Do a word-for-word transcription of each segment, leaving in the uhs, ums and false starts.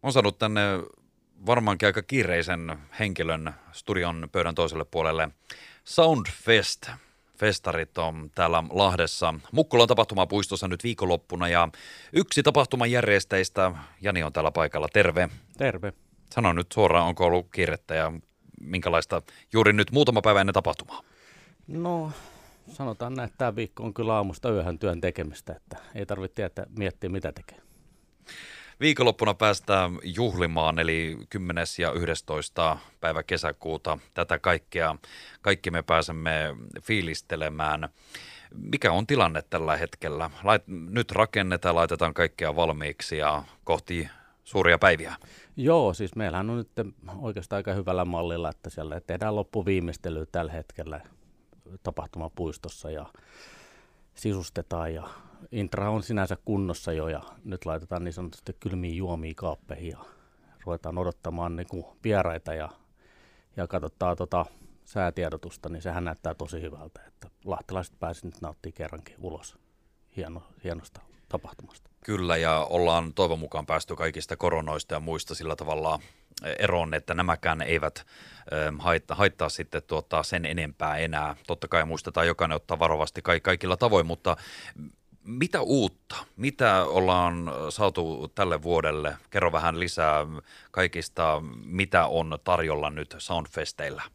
On saanut tänne varmaankin aika kiireisen henkilön studion pöydän toiselle puolelle. Soundfest. Festarit on täällä Lahdessa Mukkulan tapahtumapuistossa nyt viikonloppuna ja yksi tapahtuman järjestäjistä, Jani on täällä paikalla. Terve. Terve. Sano nyt suoraan, onko ollut kiirettä ja minkälaista juuri nyt muutama päivä ennen tapahtumaa? No sanotaan näin, että tämä viikko on kyllä aamusta yöhön työn tekemistä, että ei tarvitse tietää, miettiä mitä tekee. Viikonloppuna päästään juhlimaan, eli kymmenes ja yhdestoista päivä kesäkuuta. Tätä kaikkea, kaikki me pääsemme fiilistelemään. Mikä on tilanne tällä hetkellä? Lait, nyt rakennetaan, laitetaan kaikkea valmiiksi ja kohti suuria päiviä. Joo, siis meillähän on nyt oikeastaan aika hyvällä mallilla, että siellä tehdään loppuviimeistelyä tällä hetkellä tapahtumapuistossa ja sisustetaan ja intra on sinänsä kunnossa jo ja nyt laitetaan niin sanotusti kylmiä juomia kaappeihin ja ruvetaan odottamaan niin kuin vieraita ja, ja katsotaan tota säätiedotusta, niin sehän näyttää tosi hyvältä, että lahtelaiset pääsivät nyt nauttimaan kerrankin ulos hieno, hienosta tapahtumasta. Kyllä, ja ollaan toivon mukaan päästy kaikista koronoista ja muista sillä tavalla eroon, että nämäkään eivät haittaa, haittaa sitten tuota sen enempää enää. Totta kai muistetaan jokainen ottaa varovasti kaikilla tavoin, mutta mitä uutta? Mitä ollaan saatu tälle vuodelle? Kerro vähän lisää kaikista, mitä on tarjolla nyt Soundfesteillä.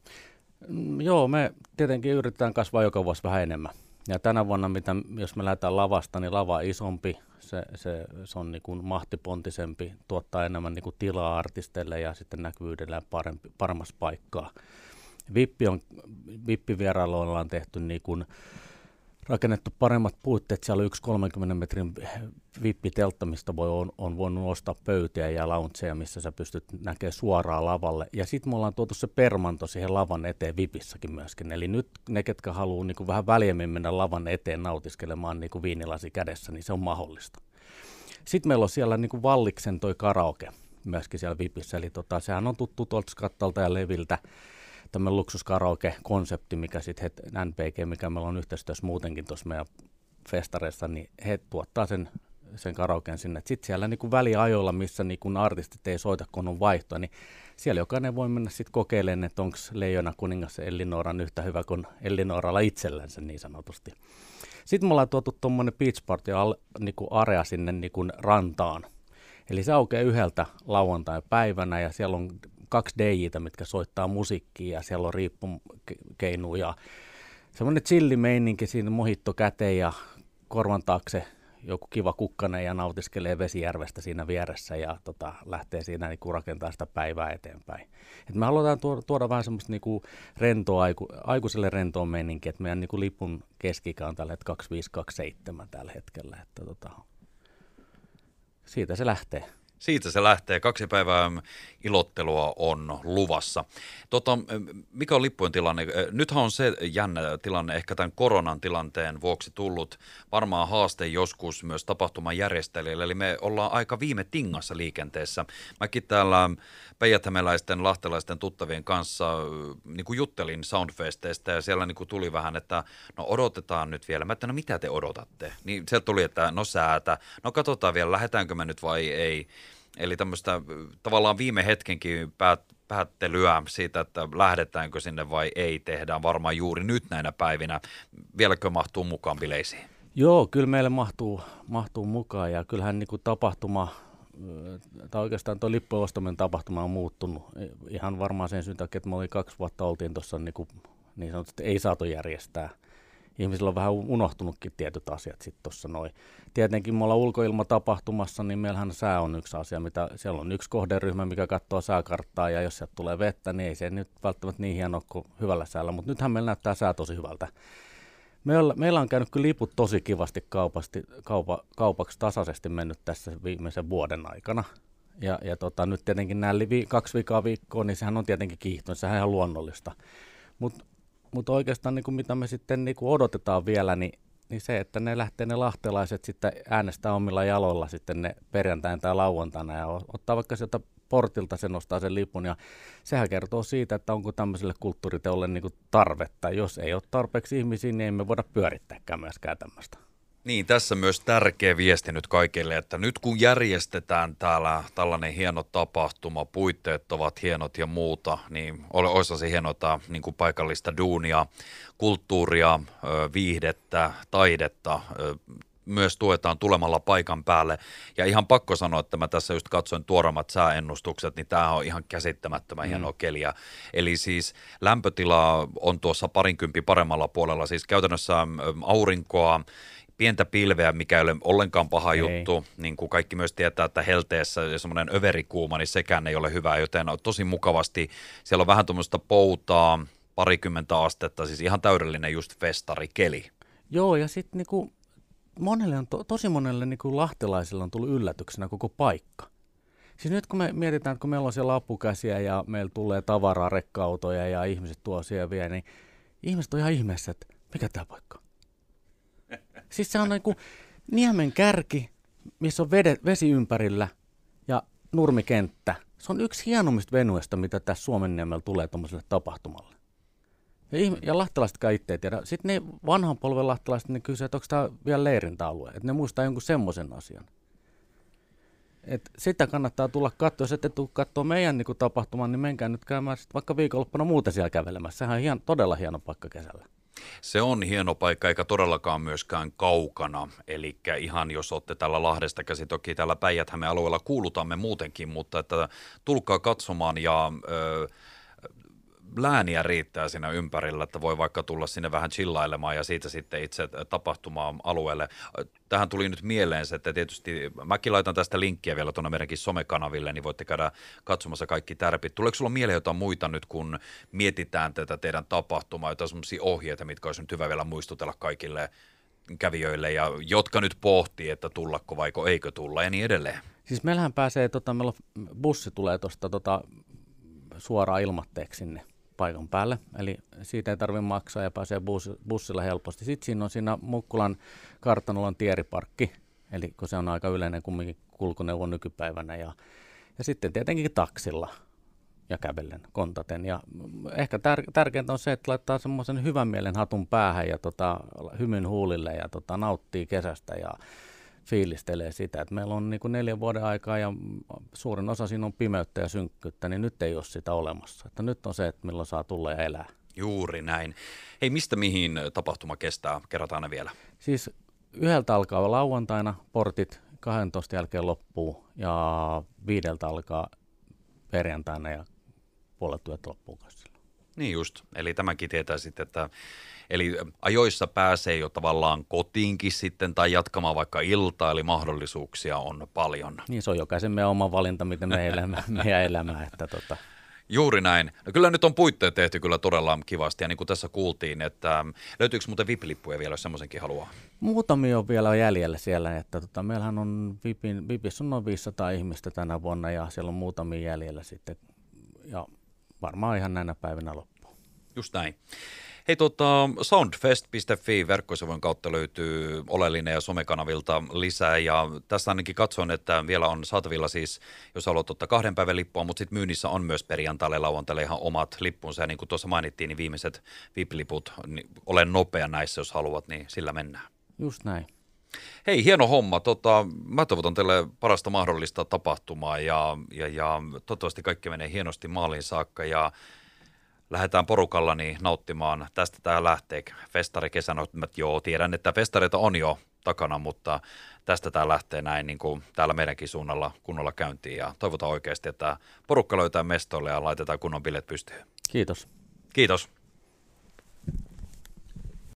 Joo, me tietenkin yritetään kasvaa joka vuosi vähän enemmän. Ja tänä vuonna, mitä, jos me lähdetään lavasta, niin lava on isompi, se, se, se on niin kuin mahtipontisempi, tuottaa enemmän niin kuin tilaa artisteille ja sitten näkyvyydellä parempi, paremmassa paikkaa. Vippi on, vippivierailuilla ollaan tehty niin kuin rakennettu paremmat puitteet, siellä on yksi kolmenkymmenen metrin vippiteltta, mistä voi, on, on voinut ostaa pöytiä ja loungeja, missä sä pystyt näkemään suoraan lavalle. Ja sitten me ollaan tuotu se permanto siihen lavan eteen vipissäkin myöskin. Eli nyt ne, ketkä haluaa niin kuin vähän väljemmin mennä lavan eteen nautiskelemaan niin kuin viinilasi kädessä, niin se on mahdollista. Sitten meillä on siellä niin kuin Valliksen toi karaoke myöskin siellä vipissä. Eli tota, sehän on tuttu tuolta Skattalta ja Leviltä. Tämmöinen luksuskaraoke-konsepti, mikä sitten N P G, mikä meillä on yhteistyössä muutenkin tuossa meidän festareissa, niin he tuottaa sen, sen karaoken sinne. Sitten siellä niinku väliajoilla, missä niinku artistit ei soita, kun on vaihtoa, niin siellä jokainen voi mennä sitten kokeilemaan, että onko Leijona kuningas Ellinoran yhtä hyvä kuin Ellinoralla itsellänsä niin sanotusti. Sitten me ollaan tuotu tuommoinen beach party niinku area sinne niinku rantaan. Eli se aukeaa yhdeltä lauantai-päivänä ja siellä on kaksi D J:tä, mitkä soittaa musiikkia ja siellä on riippukeinuu ja semmoinen chillimeininki siinä mohitto käteen ja korvan taakse joku kiva kukkanen ja nautiskelee Vesijärvestä siinä vieressä ja tota, lähtee siinä niinku rakentaa sitä päivää eteenpäin. Et me halutaan tuoda, tuoda vähän semmoista niinku rentoa, aiku, aikuiselle rentoa meininkiä, että meidän niinku lipun keskikä on tällä hetkellä kaksikymmentäviisi kaksikymmentäseitsemän tällä hetkellä, että tota, siitä se lähtee. Siitä se lähtee. Kaksi päivää ilottelua on luvassa. Tota, mikä on lippujen tilanne? Nythän on se jännä tilanne ehkä tämän koronan tilanteen vuoksi tullut varmaan haaste joskus myös tapahtuman järjestäjille. Eli me ollaan aika viime tingassa liikenteessä. Mäkin täällä päijäthämäläisten, lahtelaisten tuttavien kanssa niin kuin juttelin Soundfesteistä ja siellä niin kuin tuli vähän, että no odotetaan nyt vielä. Mä että no mitä te odotatte? Niin sieltä tuli, että no säätä. No katsotaan vielä, lähdetäänkö me nyt vai ei. Eli tämmöistä tavallaan viime hetkenkin päät, päättelyä siitä, että lähdetäänkö sinne vai ei, tehdään varmaan juuri nyt näinä päivinä. Vieläkö mahtuu mukaan bileisiin? Joo, kyllä meille mahtuu, mahtuu mukaan ja kyllähän niin kuin tapahtuma, tai oikeastaan tuo lippujen ostaminen tapahtuma on muuttunut ihan varmaan sen syyn takia, että me oli kaksi vuotta oltiin tuossa niin, kuin, niin sanotusti ei saatu järjestää. Ihmisillä on vähän unohtunutkin tietyt asiat sitten tuossa noin. Tietenkin me ollaan ulkoilmatapahtumassa, niin meillähän sää on yksi asia, mitä siellä on yksi kohderyhmä, mikä katsoo sääkarttaa ja jos sieltä tulee vettä, niin ei se nyt välttämättä niin hienoa kuin hyvällä säällä, mutta nythän meillä näyttää sää tosi hyvältä. Meillä, meillä on käynyt kyllä liput tosi kivasti kaupasti, kaupa, kaupaksi tasaisesti mennyt tässä viimeisen vuoden aikana. Ja, ja tota, nyt tietenkin nämä vi, kaksi viikkoa viikkoa, niin sehän on tietenkin kiihtynyt, sehän on ihan luonnollista. Mutta Mutta oikeastaan niin kuin mitä me sitten niin kuin odotetaan vielä, niin, niin se, että ne lähtee ne lahtelaiset sitten äänestää omilla jaloilla sitten ne perjantaina tai lauantaina ja ottaa vaikka sieltä portilta se nostaa sen lipun ja sehän kertoo siitä, että onko tämmöiselle kulttuuriteolle niin kuin tarvetta. Jos ei ole tarpeeksi ihmisiä, niin emme voida pyörittääkään myöskään tämmöistä. Niin, tässä myös tärkeä viesti nyt kaikille, että nyt kun järjestetään täällä tällainen hieno tapahtuma, puitteet ovat hienot ja muuta, niin olisi se hienota niin kuin paikallista duunia, kulttuuria, viihdettä, taidetta, myös tuetaan tulemalla paikan päälle. Ja ihan pakko sanoa, että mä tässä just katsoin tuoreimmat sääennustukset, niin tämä on ihan käsittämättömän mm. hienoa keliä. Eli siis lämpötila on tuossa parinkymppi paremmalla puolella, siis käytännössä aurinkoa, pientä pilveä, mikä ei ole ollenkaan paha ei. juttu, niin kuin kaikki myös tietää, että helteessä semmoinen överikuuma, niin sekään ei ole hyvä, joten on tosi mukavasti. Siellä on vähän tuommoista poutaa, parikymmentä astetta, siis ihan täydellinen just festarikeli. Joo, ja sitten niinku monelle on, to, tosi monelle niinku lahtelaisilla on tullut yllätyksenä koko paikka. Siis nyt kun me mietitään, että kun meillä on siellä apukäsiä ja meillä tulee tavaraa, rekka-autoja ja ihmiset tuo siellä vielä, niin ihmiset on ihan ihmeessä, että mikä tämä paikka on? Siis se on niin kuin niemen kärki, missä on vede, vesi ympärillä ja nurmikenttä. Se on yksi hienommista venuesta, mitä tässä Suomenniemellä tulee tuollaiselle tapahtumalle. Ja, ihme, ja lahtelaisetkaan itse ei tiedä. Sitten ne vanhan polven lahtelaiset ne kysyvät, että onko tämä vielä leirintäalue. Että ne muistaa jonkun semmoisen asian. Et sitä kannattaa tulla katsoa. Jos ette tule katsoa meidän niin tapahtuman, niin menkää nyt käymään sit vaikka viikonloppuna muuten siellä kävelemässä. Sehän on hien, todella hieno paikka kesällä. Se on hieno paikka, eikä todellakaan myöskään kaukana. Eli ihan jos olette täällä Lahdesta käsin, toki täällä Päijät-Hämeen alueella kuulutamme muutenkin, mutta että tulkaa katsomaan ja ö, lääniä riittää siinä ympärillä, että voi vaikka tulla sinne vähän chillailemaan ja siitä sitten itse tapahtumaan alueelle. Tähän tuli nyt mieleen se, että tietysti mäkin laitan tästä linkkiä vielä tuonne meidänkin somekanaville, niin voitte käydä katsomassa kaikki tärpit. Tuleeko sulla mieleen jotain muita nyt, kun mietitään tätä teidän tapahtumaa, jotain sellaisia ohjeita, mitkä olisi nyt hyvä vielä muistutella kaikille kävijöille, ja jotka nyt pohtii, että tullako vaiko eikö tulla ja niin edelleen? Siis meillähän pääsee, tota, meillä on, bussi tulee tuosta tota, suoraan ilmatteeksi sinne paikan päälle, eli siitä ei tarvitse maksaa ja pääsee bus, bussilla helposti. Sitten siinä on siinä Mukkulan kartanolla on tieriparkki, eli kun se on aika yleinen kumminkin kulkuneuvo nykypäivänä, ja, ja sitten tietenkin taksilla ja kävellen, kontaten. Ja ehkä tär, tärkeintä on se, että laittaa semmoisen hyvän mielen hatun päähän ja tota, hymyn huulille ja tota, nauttii kesästä ja fiilistelee sitä, että meillä on niin kuin neljän vuoden aikaa ja suurin osa siinä on pimeyttä ja synkkyyttä, niin nyt ei ole sitä olemassa. Että nyt on se, että milloin saa tulla ja elää. Juuri näin. Hei, mistä mihin tapahtuma kestää? Kerrotaan ne vielä. Siis yhdeltä alkaa lauantaina portit, kahdentoista jälkeen loppuu ja viideltä alkaa perjantaina ja puolet yöt loppuu kanssa. Niin just, eli tämänkin tietää sitten, että eli ajoissa pääsee jo tavallaan kotiinkin sitten tai jatkamaan vaikka iltaa, eli mahdollisuuksia on paljon. Niin se on jokaisen meidän oma valinta, miten me elämä, meidän elämää. Että tota. Juuri näin. No kyllä nyt on puitteet tehty kyllä todella kivasti ja niin kuin tässä kuultiin, että löytyykö muuten V I P-lippuja vielä, jos semmoisenkin haluaa? Muutamia on vielä jäljellä siellä, että tota, meillähän on V I Pin, V I Pissä on noin viisisataa ihmistä tänä vuonna ja siellä on muutamia jäljellä sitten ja varmaan ihan näinä päivinä loppuu. Just näin. Hei, tota, soundfest piste fi verkkosivujen kautta löytyy oleellinen ja somekanavilta lisää, ja tässä ainakin katson, että vielä on saatavilla siis, jos haluat ottaa kahden päivän lippua, mutta sitten myynnissä on myös perjantaille ja lauantaille ihan omat lippunsa, ja niin kuin tuossa mainittiin, niin viimeiset V I P-liput, niin ole nopea näissä, jos haluat, niin sillä mennään. Just näin. Hei, hieno homma. Tota, mä toivotan teille parasta mahdollista tapahtumaa, ja, ja, ja toivottavasti kaikki menee hienosti maaliin saakka, ja lähdetään porukalla niin nauttimaan. Tästä tämä lähtee. Festari kesänä, joo, tiedän, että festareita on jo takana, mutta tästä tämä lähtee näin niin kuin täällä meidänkin suunnalla kunnolla käyntiin. Ja toivotaan oikeasti, että porukka löytää mestolle ja laitetaan kunnon bilet pystyyn. Kiitos. Kiitos.